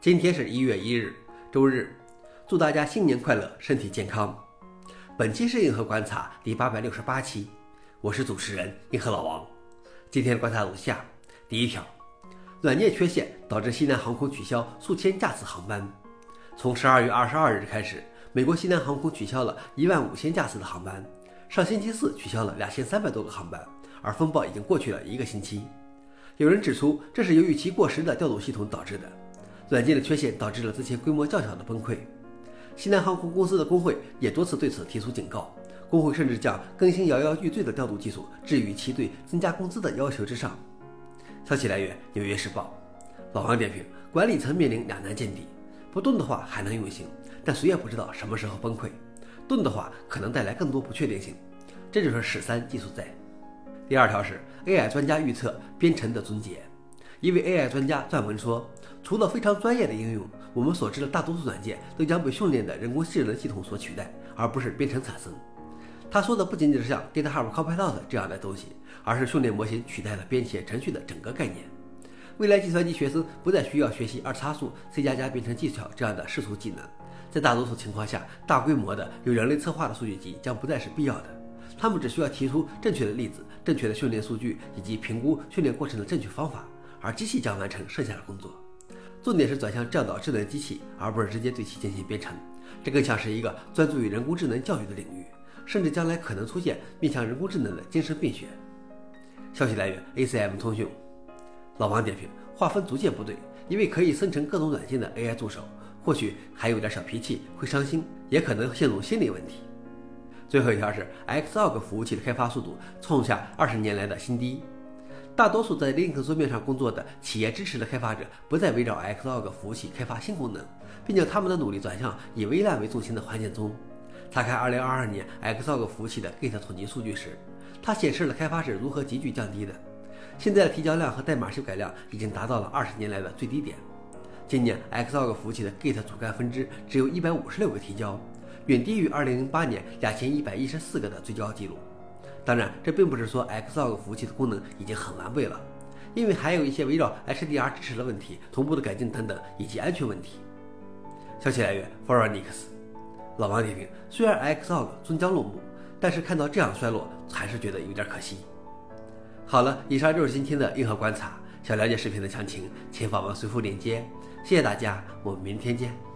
今天是1月1日，周日，祝大家新年快乐，身体健康。本期是硬核观察第868期，我是主持人硬核老王。今天的观察如下：第一条，软件缺陷导致西南航空取消数千架次航班。从12月22日开始，美国西南航空取消了15000架次的航班，上星期四取消了2300多个航班，而风暴已经过去了1个星期。有人指出，这是由于其过时的调度系统导致的。软件的缺陷导致了之前规模较小的崩溃。西南航空公司的工会也多次对此提出警告，工会甚至将更新摇摇欲坠的调度技术置于其对增加工资的要求之上。消息来源：纽约时报。老王点评：管理层面临两难见地，不动的话还能运行，但谁也不知道什么时候崩溃；动的话可能带来更多不确定性，这就是史3技术灾。第二条是 AI 专家预测编程的终结。一位 AI 专家撰文说，除了非常专业的应用，我们所知的大多数软件都将被训练的人工智能系统所取代，而不是编程产生。他说的不仅仅是像 GitHub Copilot 这样的东西，而是训练模型取代了编写程序的整个概念。未来计算机学生不再需要学习2参数、C++ 编程技巧这样的世俗技能，在大多数情况下，大规模的由人类策划的数据集将不再是必要的。他们只需要提出正确的例子、正确的训练数据以及评估训练过程的正确方法，而机器将完成剩下的工作。重点是转向教导智能机器，而不是直接对其进行编程。这更像是一个专注于人工智能教育的领域，甚至将来可能出现面向人工智能的精神病学。消息来源 ACM 通讯。老王点评：划分逐渐不对，一位可以生成各种软件的 AI 助手，或许还有点小脾气，会伤心，也可能陷入心理问题。最后一条是 Xorg 服务器的开发速度创下20年来的新低。大多数在 Linux 桌面上工作的企业支持的开发者不再围绕 Xorg 服务器开发新功能，并将他们的努力转向以微软为中心的环境中。查看2022年 Xorg 服务器的 Git 统计数据时，它显示了开发是如何急剧降低的。现在的提交量和代码修改量已经达到了20年来的最低点。今年 Xorg 服务器的 Git 主干分支只有156个提交，远低于2008年2114个的最高纪录。当然，这并不是说 Xorg 服务器的功能已经很完备了，因为还有一些围绕 HDR 支持的问题、同步的改进等等，以及安全问题。消息来源 Foronix。老王点评：虽然 Xorg 终将落幕，但是看到这样衰落，还是觉得有点可惜。好了，以上就是今天的硬核观察。想了解视频的详情，请访问随附链接。谢谢大家，我们明天见。